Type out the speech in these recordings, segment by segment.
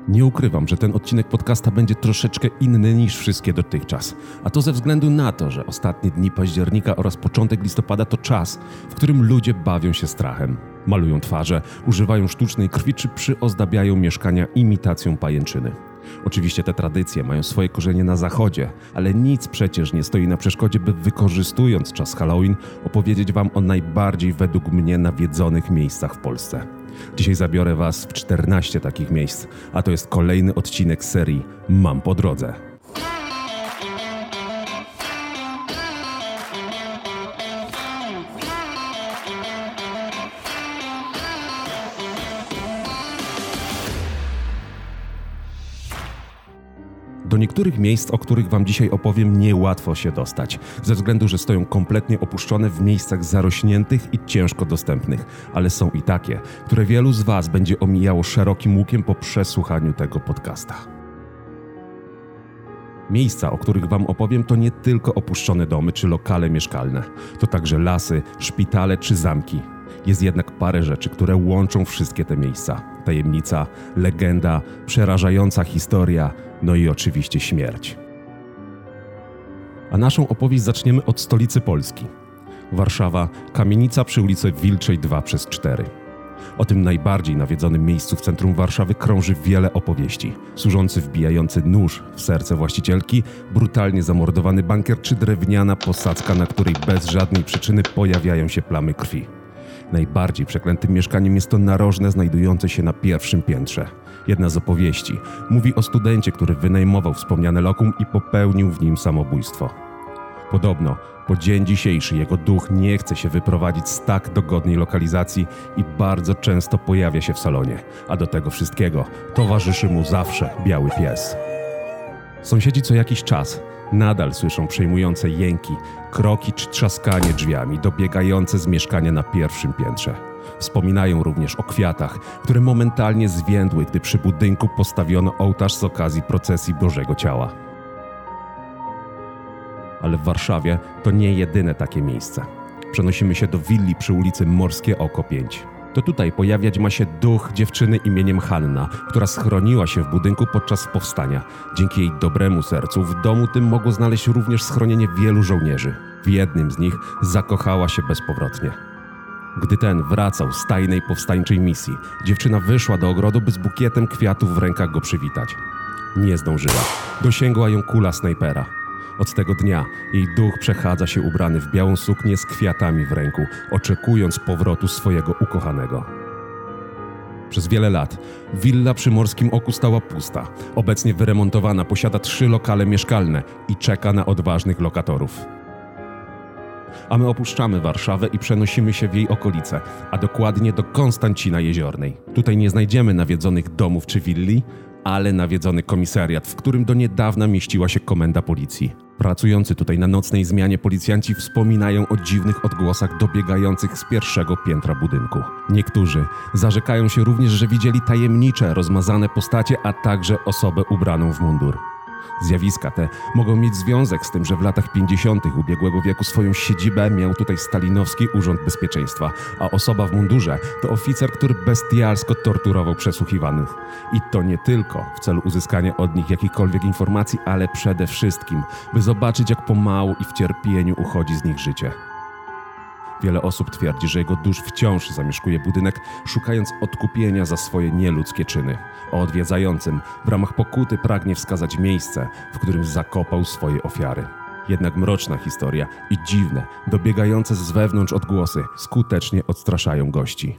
Nie ukrywam, że ten odcinek podcasta będzie troszeczkę inny niż wszystkie dotychczas. A to ze względu na to, że ostatnie dni października oraz początek listopada to czas, w którym ludzie bawią się strachem. Malują twarze, używają sztucznej krwi czy przyozdabiają mieszkania imitacją pajęczyny. Oczywiście te tradycje mają swoje korzenie na zachodzie, ale nic przecież nie stoi na przeszkodzie, by wykorzystując czas Halloween opowiedzieć wam o najbardziej według mnie nawiedzonych miejscach w Polsce. Dzisiaj zabiorę was w 14 takich miejsc, a to jest kolejny odcinek serii Mam po drodze. Do niektórych miejsc, o których wam dzisiaj opowiem, niełatwo się dostać, ze względu, że stoją kompletnie opuszczone w miejscach zarośniętych i ciężko dostępnych, ale są i takie, które wielu z was będzie omijało szerokim łukiem po przesłuchaniu tego podcasta. Miejsca, o których wam opowiem, to nie tylko opuszczone domy czy lokale mieszkalne, to także lasy, szpitale czy zamki. Jest jednak parę rzeczy, które łączą wszystkie te miejsca. Tajemnica, legenda, przerażająca historia, no i oczywiście śmierć. A naszą opowieść zaczniemy od stolicy Polski. Warszawa, kamienica przy ulicy Wilczej 2/4. O tym najbardziej nawiedzonym miejscu w centrum Warszawy krąży wiele opowieści. Służący wbijający nóż w serce właścicielki, brutalnie zamordowany bankier czy drewniana posadzka, na której bez żadnej przyczyny pojawiają się plamy krwi. Najbardziej przeklętym mieszkaniem jest to narożne znajdujące się na pierwszym piętrze. Jedna z opowieści mówi o studencie, który wynajmował wspomniane lokum i popełnił w nim samobójstwo. Podobno po dzień dzisiejszy jego duch nie chce się wyprowadzić z tak dogodnej lokalizacji i bardzo często pojawia się w salonie, a do tego wszystkiego towarzyszy mu zawsze biały pies. Sąsiedzi co jakiś czas nadal słyszą przejmujące jęki, kroki czy trzaskanie drzwiami dobiegające z mieszkania na pierwszym piętrze. Wspominają również o kwiatach, które momentalnie zwiędły, gdy przy budynku postawiono ołtarz z okazji procesji Bożego Ciała. Ale w Warszawie to nie jedyne takie miejsce. Przenosimy się do willi przy ulicy Morskie Oko 5. To tutaj pojawiać ma się duch dziewczyny imieniem Hanna, która schroniła się w budynku podczas powstania. Dzięki jej dobremu sercu w domu tym mogło znaleźć również schronienie wielu żołnierzy. W jednym z nich zakochała się bezpowrotnie. Gdy ten wracał z tajnej powstańczej misji, dziewczyna wyszła do ogrodu, by z bukietem kwiatów w rękach go przywitać. Nie zdążyła. Dosięgła ją kula snajpera. Od tego dnia jej duch przechadza się ubrany w białą suknię z kwiatami w ręku, oczekując powrotu swojego ukochanego. Przez wiele lat willa przy Morskim Oku stała pusta. Obecnie wyremontowana, posiada 3 lokale mieszkalne i czeka na odważnych lokatorów. A my opuszczamy Warszawę i przenosimy się w jej okolice, a dokładnie do Konstancina Jeziornej. Tutaj nie znajdziemy nawiedzonych domów czy willi, ale nawiedzony komisariat, w którym do niedawna mieściła się komenda policji. Pracujący tutaj na nocnej zmianie policjanci wspominają o dziwnych odgłosach dobiegających z pierwszego piętra budynku. Niektórzy zarzekają się również, że widzieli tajemnicze, rozmazane postacie, a także osobę ubraną w mundur. Zjawiska te mogą mieć związek z tym, że w latach 50. ubiegłego wieku swoją siedzibę miał tutaj Stalinowski Urząd Bezpieczeństwa, a osoba w mundurze to oficer, który bestialsko torturował przesłuchiwanych. I to nie tylko w celu uzyskania od nich jakichkolwiek informacji, ale przede wszystkim, by zobaczyć, jak pomału i w cierpieniu uchodzi z nich życie. Wiele osób twierdzi, że jego dusz wciąż zamieszkuje budynek, szukając odkupienia za swoje nieludzkie czyny. A odwiedzającym w ramach pokuty pragnie wskazać miejsce, w którym zakopał swoje ofiary. Jednak mroczna historia i dziwne, dobiegające z wewnątrz odgłosy skutecznie odstraszają gości.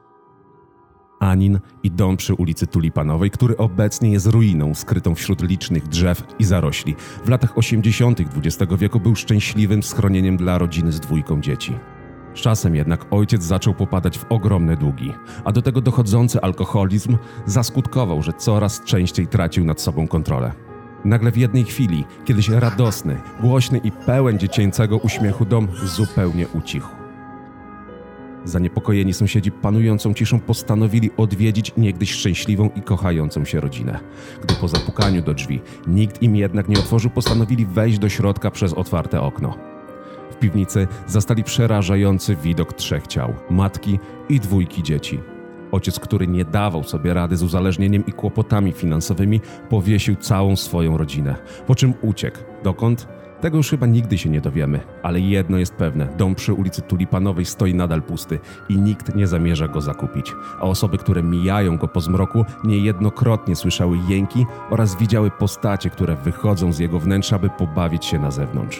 Anin i dom przy ulicy Tulipanowej, który obecnie jest ruiną skrytą wśród licznych drzew i zarośli. W latach 80. XX wieku był szczęśliwym schronieniem dla rodziny z 2 dzieci. Z czasem jednak ojciec zaczął popadać w ogromne długi, a do tego dochodzący alkoholizm zaskutkował, że coraz częściej tracił nad sobą kontrolę. Nagle w jednej chwili, kiedyś radosny, głośny i pełen dziecięcego uśmiechu dom zupełnie ucichł. Zaniepokojeni sąsiedzi panującą ciszą postanowili odwiedzić niegdyś szczęśliwą i kochającą się rodzinę. Gdy po zapukaniu do drzwi nikt im jednak nie otworzył, postanowili wejść do środka przez otwarte okno. W piwnicy zastali przerażający widok 3 ciał, matki i 2 dzieci. Ojciec, który nie dawał sobie rady z uzależnieniem i kłopotami finansowymi, powiesił całą swoją rodzinę, po czym uciekł. Dokąd? Tego już chyba nigdy się nie dowiemy, ale jedno jest pewne, dom przy ulicy Tulipanowej stoi nadal pusty i nikt nie zamierza go zakupić, a osoby, które mijają go po zmroku, niejednokrotnie słyszały jęki oraz widziały postacie, które wychodzą z jego wnętrza, by pobawić się na zewnątrz.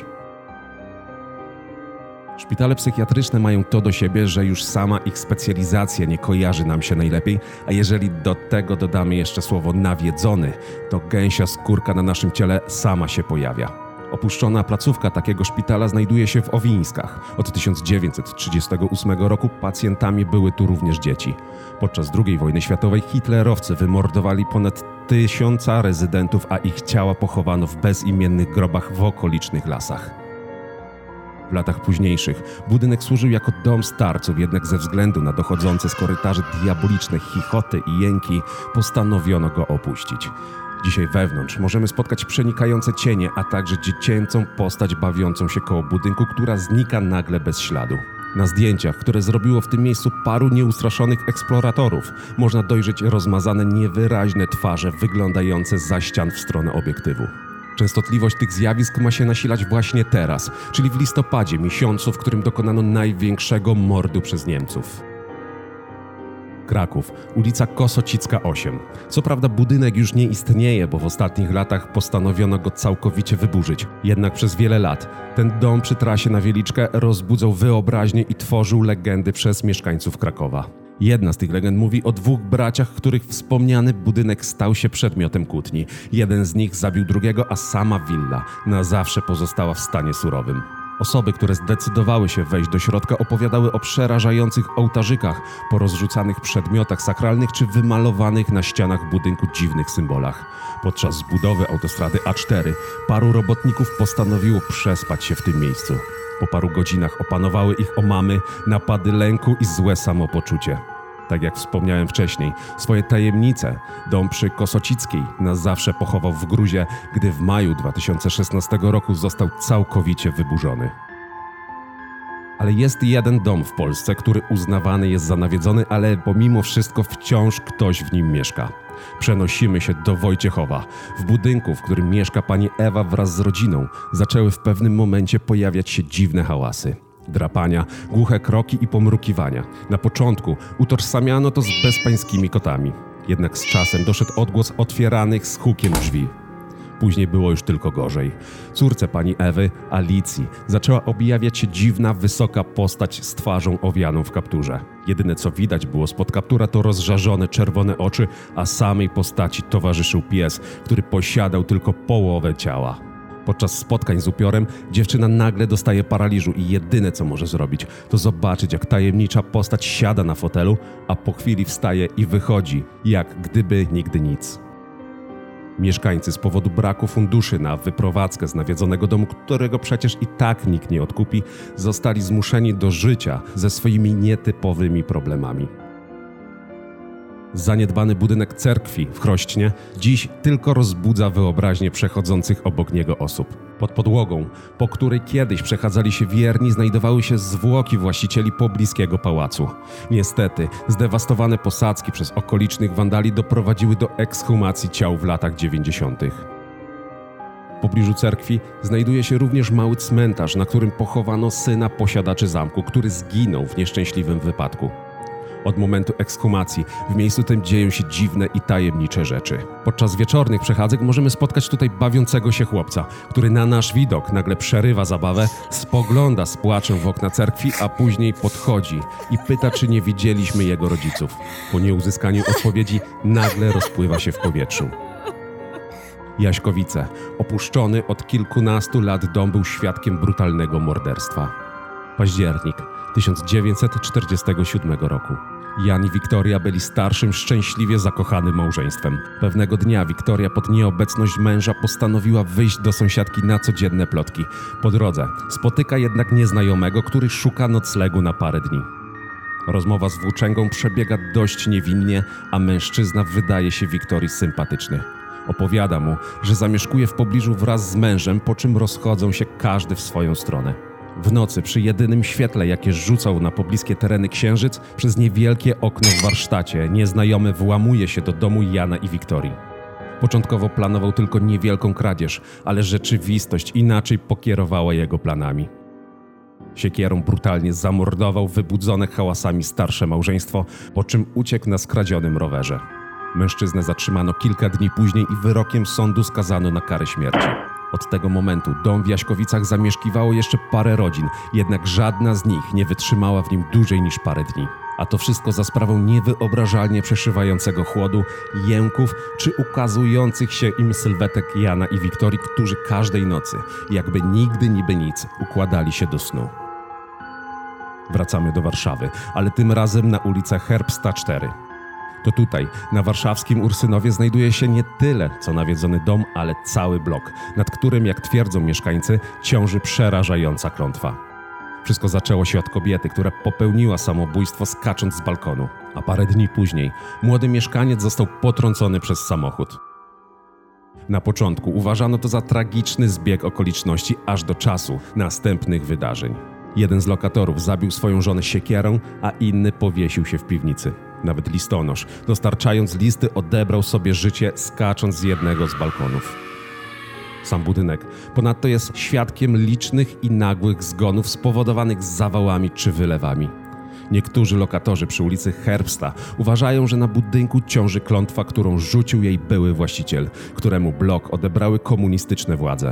Szpitale psychiatryczne mają to do siebie, że już sama ich specjalizacja nie kojarzy nam się najlepiej, a jeżeli do tego dodamy jeszcze słowo nawiedzony, to gęsia skórka na naszym ciele sama się pojawia. Opuszczona placówka takiego szpitala znajduje się w Owińskach. Od 1938 roku pacjentami były tu również dzieci. Podczas II wojny światowej hitlerowcy wymordowali ponad 1000 rezydentów, a ich ciała pochowano w bezimiennych grobach w okolicznych lasach. W latach późniejszych budynek służył jako dom starców, jednak ze względu na dochodzące z korytarzy diaboliczne chichoty i jęki postanowiono go opuścić. Dzisiaj wewnątrz możemy spotkać przenikające cienie, a także dziecięcą postać bawiącą się koło budynku, która znika nagle bez śladu. Na zdjęciach, które zrobiło w tym miejscu paru nieustraszonych eksploratorów, można dojrzeć rozmazane, niewyraźne twarze wyglądające za ścian w stronę obiektywu. Częstotliwość tych zjawisk ma się nasilać właśnie teraz, czyli w listopadzie, miesiącu, w którym dokonano największego mordu przez Niemców. Kraków, ulica Kosocicka 8. Co prawda budynek już nie istnieje, bo w ostatnich latach postanowiono go całkowicie wyburzyć. Jednak przez wiele lat ten dom przy trasie na Wieliczkę rozbudzał wyobraźnię i tworzył legendy przez mieszkańców Krakowa. Jedna z tych legend mówi o 2 braciach, których wspomniany budynek stał się przedmiotem kłótni. Jeden z nich zabił drugiego, a sama willa na zawsze pozostała w stanie surowym. Osoby, które zdecydowały się wejść do środka, opowiadały o przerażających ołtarzykach, porozrzucanych przedmiotach sakralnych czy wymalowanych na ścianach budynku dziwnych symbolach. Podczas budowy autostrady A4 paru robotników postanowiło przespać się w tym miejscu. Po paru godzinach opanowały ich omamy, napady lęku i złe samopoczucie. Tak jak wspomniałem wcześniej, swoje tajemnice dom przy Kosocickiej na zawsze pochował w gruzie, gdy w maju 2016 roku został całkowicie wyburzony. Ale jest jeden dom w Polsce, który uznawany jest za nawiedzony, ale pomimo wszystko wciąż ktoś w nim mieszka. Przenosimy się do Wojciechowa. W budynku, w którym mieszka pani Ewa wraz z rodziną, zaczęły w pewnym momencie pojawiać się dziwne hałasy. Drapania, głuche kroki i pomrukiwania. Na początku utożsamiano to z bezpańskimi kotami. Jednak z czasem doszedł odgłos otwieranych z hukiem drzwi. Później było już tylko gorzej. Córce pani Ewy, Alicji, zaczęła objawiać się dziwna, wysoka postać z twarzą owianą w kapturze. Jedyne co widać było spod kaptura to rozżarzone czerwone oczy, a samej postaci towarzyszył pies, który posiadał tylko połowę ciała. Podczas spotkań z upiorem dziewczyna nagle dostaje paraliżu i jedyne co może zrobić, to zobaczyć jak tajemnicza postać siada na fotelu, a po chwili wstaje i wychodzi, jak gdyby nigdy nic. Mieszkańcy z powodu braku funduszy na wyprowadzkę z nawiedzonego domu, którego przecież i tak nikt nie odkupi, zostali zmuszeni do życia ze swoimi nietypowymi problemami. Zaniedbany budynek cerkwi w Chrośnie dziś tylko rozbudza wyobraźnię przechodzących obok niego osób. Pod podłogą, po której kiedyś przechadzali się wierni, znajdowały się zwłoki właścicieli pobliskiego pałacu. Niestety, zdewastowane posadzki przez okolicznych wandali doprowadziły do ekshumacji ciał w latach 90. W pobliżu cerkwi znajduje się również mały cmentarz, na którym pochowano syna posiadaczy zamku, który zginął w nieszczęśliwym wypadku. Od momentu ekshumacji w miejscu tym dzieją się dziwne i tajemnicze rzeczy. Podczas wieczornych przechadzek możemy spotkać tutaj bawiącego się chłopca, który na nasz widok nagle przerywa zabawę, spogląda z płaczem w okna cerkwi, a później podchodzi i pyta, czy nie widzieliśmy jego rodziców. Po nieuzyskaniu odpowiedzi nagle rozpływa się w powietrzu. Jaśkowice. Opuszczony od kilkunastu lat dom był świadkiem brutalnego morderstwa. Październik 1947 roku. Jan i Wiktoria byli starszym, szczęśliwie zakochanym małżeństwem. Pewnego dnia Wiktoria pod nieobecność męża postanowiła wyjść do sąsiadki na codzienne plotki. Po drodze spotyka jednak nieznajomego, który szuka noclegu na parę dni. Rozmowa z włóczęgą przebiega dość niewinnie, a mężczyzna wydaje się Wiktorii sympatyczny. Opowiada mu, że zamieszkuje w pobliżu wraz z mężem, po czym rozchodzą się każdy w swoją stronę. W nocy, przy jedynym świetle, jakie rzucał na pobliskie tereny księżyc, przez niewielkie okno w warsztacie nieznajomy włamuje się do domu Jana i Wiktorii. Początkowo planował tylko niewielką kradzież, ale rzeczywistość inaczej pokierowała jego planami. Siekierą brutalnie zamordował wybudzone hałasami starsze małżeństwo, po czym uciekł na skradzionym rowerze. Mężczyznę zatrzymano kilka dni później i wyrokiem sądu skazano na karę śmierci. Od tego momentu dom w Jaśkowicach zamieszkiwało jeszcze parę rodzin, jednak żadna z nich nie wytrzymała w nim dłużej niż parę dni. A to wszystko za sprawą niewyobrażalnie przeszywającego chłodu, jęków czy ukazujących się im sylwetek Jana i Wiktorii, którzy każdej nocy, jakby nigdy niby nic, układali się do snu. Wracamy do Warszawy, ale tym razem na ulicę Herbsta 4. To tutaj, na warszawskim Ursynowie, znajduje się nie tyle, co nawiedzony dom, ale cały blok, nad którym, jak twierdzą mieszkańcy, ciąży przerażająca klątwa. Wszystko zaczęło się od kobiety, która popełniła samobójstwo skacząc z balkonu, a parę dni później młody mieszkaniec został potrącony przez samochód. Na początku uważano to za tragiczny zbieg okoliczności aż do czasu następnych wydarzeń. Jeden z lokatorów zabił swoją żonę siekierą, a inny powiesił się w piwnicy. Nawet listonosz, dostarczając listy, odebrał sobie życie, skacząc z jednego z balkonów. Sam budynek ponadto jest świadkiem licznych i nagłych zgonów spowodowanych zawałami czy wylewami. Niektórzy lokatorzy przy ulicy Herbsta uważają, że na budynku ciąży klątwa, którą rzucił jej były właściciel, któremu blok odebrały komunistyczne władze.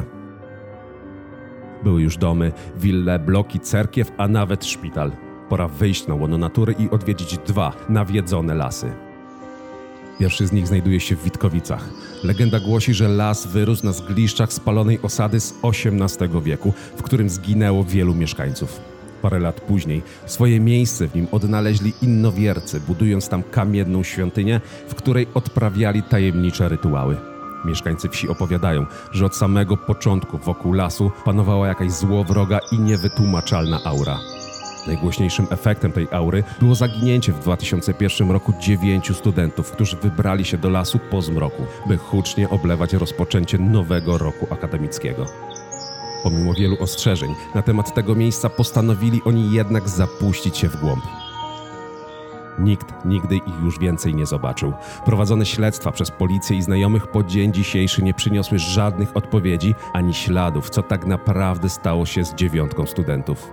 Były już domy, wille, bloki, cerkiew, a nawet szpital. Pora wyjść na łono natury i odwiedzić 2 nawiedzone lasy. Pierwszy z nich znajduje się w Witkowicach. Legenda głosi, że las wyrósł na zgliszczach spalonej osady z XVIII wieku, w którym zginęło wielu mieszkańców. Parę lat później swoje miejsce w nim odnaleźli innowiercy, budując tam kamienną świątynię, w której odprawiali tajemnicze rytuały. Mieszkańcy wsi opowiadają, że od samego początku wokół lasu panowała jakaś złowroga i niewytłumaczalna aura. Najgłośniejszym efektem tej aury było zaginięcie w 2001 roku 9 studentów, którzy wybrali się do lasu po zmroku, by hucznie oblewać rozpoczęcie nowego roku akademickiego. Pomimo wielu ostrzeżeń na temat tego miejsca postanowili oni jednak zapuścić się w głąb. Nikt nigdy ich już więcej nie zobaczył. Prowadzone śledztwa przez policję i znajomych po dzień dzisiejszy nie przyniosły żadnych odpowiedzi ani śladów, co tak naprawdę stało się z 9 studentów.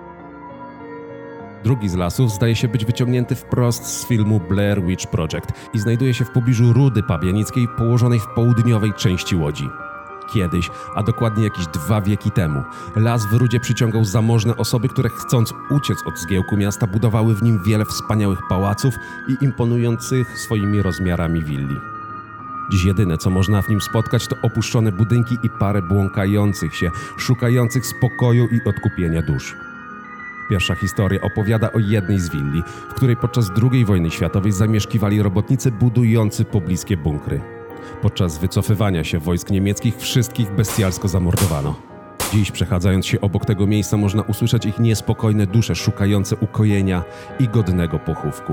Drugi z lasów zdaje się być wyciągnięty wprost z filmu Blair Witch Project i znajduje się w pobliżu Rudy Pabianickiej położonej w południowej części Łodzi. Kiedyś, a dokładnie jakieś 2 wieki temu, las w Rudzie przyciągał zamożne osoby, które chcąc uciec od zgiełku miasta budowały w nim wiele wspaniałych pałaców i imponujących swoimi rozmiarami willi. Dziś jedyne, co można w nim spotkać, to opuszczone budynki i parę błąkających się, szukających spokoju i odkupienia dusz. Pierwsza historia opowiada o jednej z willi, w której podczas II wojny światowej zamieszkiwali robotnicy budujący pobliskie bunkry. Podczas wycofywania się wojsk niemieckich wszystkich bestialsko zamordowano. Dziś, przechadzając się obok tego miejsca, można usłyszeć ich niespokojne dusze szukające ukojenia i godnego pochówku.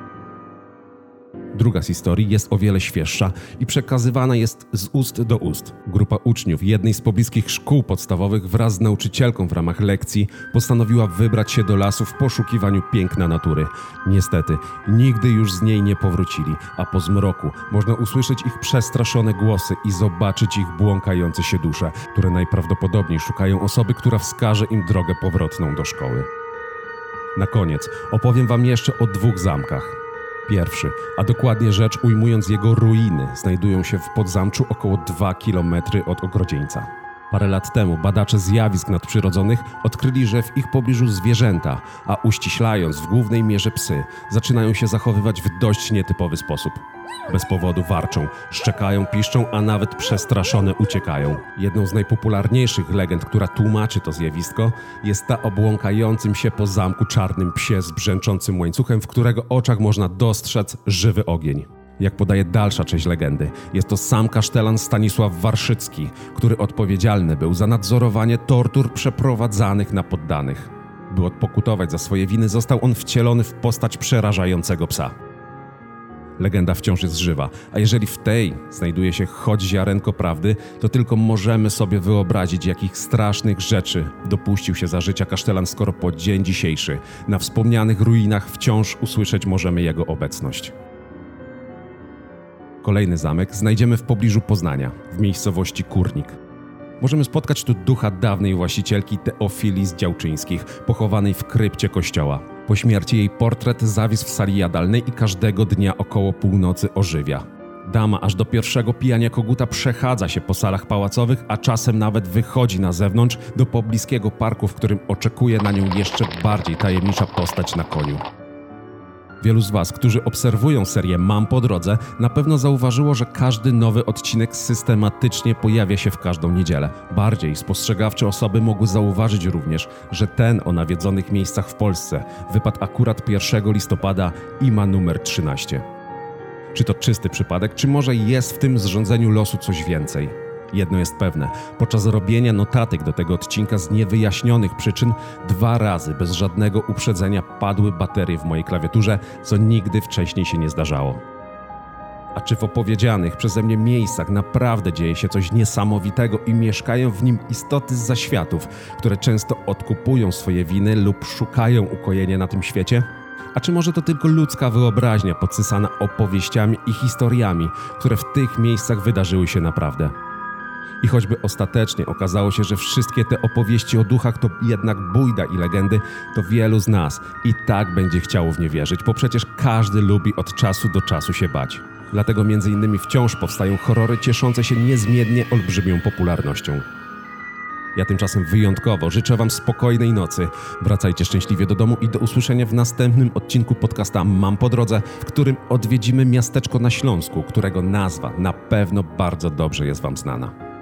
Druga z historii jest o wiele świeższa i przekazywana jest z ust do ust. Grupa uczniów jednej z pobliskich szkół podstawowych wraz z nauczycielką w ramach lekcji postanowiła wybrać się do lasu w poszukiwaniu piękna natury. Niestety, nigdy już z niej nie powrócili, a po zmroku można usłyszeć ich przestraszone głosy i zobaczyć ich błąkające się dusze, które najprawdopodobniej szukają osoby, która wskaże im drogę powrotną do szkoły. Na koniec opowiem wam jeszcze o 2 zamkach. Pierwszy, a dokładnie rzecz ujmując jego ruiny, znajdują się w Podzamczu około 2 km od Ogrodzieńca. Parę lat temu badacze zjawisk nadprzyrodzonych odkryli, że w ich pobliżu zwierzęta, a uściślając w głównej mierze psy, zaczynają się zachowywać w dość nietypowy sposób. Bez powodu warczą, szczekają, piszczą, a nawet przestraszone uciekają. Jedną z najpopularniejszych legend, która tłumaczy to zjawisko, jest ta o błąkającym się po zamku czarnym psie z brzęczącym łańcuchem, w którego oczach można dostrzec żywy ogień. Jak podaje dalsza część legendy, jest to sam kasztelan Stanisław Warszycki, który odpowiedzialny był za nadzorowanie tortur przeprowadzanych na poddanych. By odpokutować za swoje winy, został on wcielony w postać przerażającego psa. Legenda wciąż jest żywa, a jeżeli w tej znajduje się choć ziarenko prawdy, to tylko możemy sobie wyobrazić, jakich strasznych rzeczy dopuścił się za życia kasztelan, skoro po dzień dzisiejszy na wspomnianych ruinach wciąż usłyszeć możemy jego obecność. Kolejny zamek znajdziemy w pobliżu Poznania, w miejscowości Kórnik. Możemy spotkać tu ducha dawnej właścicielki Teofilii z Działczyńskich, pochowanej w krypcie kościoła. Po śmierci jej portret zawisł w sali jadalnej i każdego dnia około północy ożywia. Dama aż do pierwszego pijania koguta przechadza się po salach pałacowych, a czasem nawet wychodzi na zewnątrz do pobliskiego parku, w którym oczekuje na nią jeszcze bardziej tajemnicza postać na koniu. Wielu z Was, którzy obserwują serię Mam po drodze, na pewno zauważyło, że każdy nowy odcinek systematycznie pojawia się w każdą niedzielę. Bardziej spostrzegawcze osoby mogły zauważyć również, że ten o nawiedzonych miejscach w Polsce wypadł akurat 1 listopada i ma numer 13. Czy to czysty przypadek, czy może jest w tym zrządzeniu losu coś więcej? Jedno jest pewne, podczas robienia notatek do tego odcinka z niewyjaśnionych przyczyn 2 razy bez żadnego uprzedzenia padły baterie w mojej klawiaturze, co nigdy wcześniej się nie zdarzało. A czy w opowiedzianych przeze mnie miejscach naprawdę dzieje się coś niesamowitego i mieszkają w nim istoty z zaświatów, które często odkupują swoje winy lub szukają ukojenia na tym świecie? A czy może to tylko ludzka wyobraźnia podsysana opowieściami i historiami, które w tych miejscach wydarzyły się naprawdę? I choćby ostatecznie okazało się, że wszystkie te opowieści o duchach to jednak bujda i legendy, to wielu z nas i tak będzie chciało w nie wierzyć, bo przecież każdy lubi od czasu do czasu się bać. Dlatego m.in. wciąż powstają horrory cieszące się niezmiennie olbrzymią popularnością. Ja tymczasem wyjątkowo życzę Wam spokojnej nocy. Wracajcie szczęśliwie do domu i do usłyszenia w następnym odcinku podcasta Mam po drodze, w którym odwiedzimy miasteczko na Śląsku, którego nazwa na pewno bardzo dobrze jest Wam znana.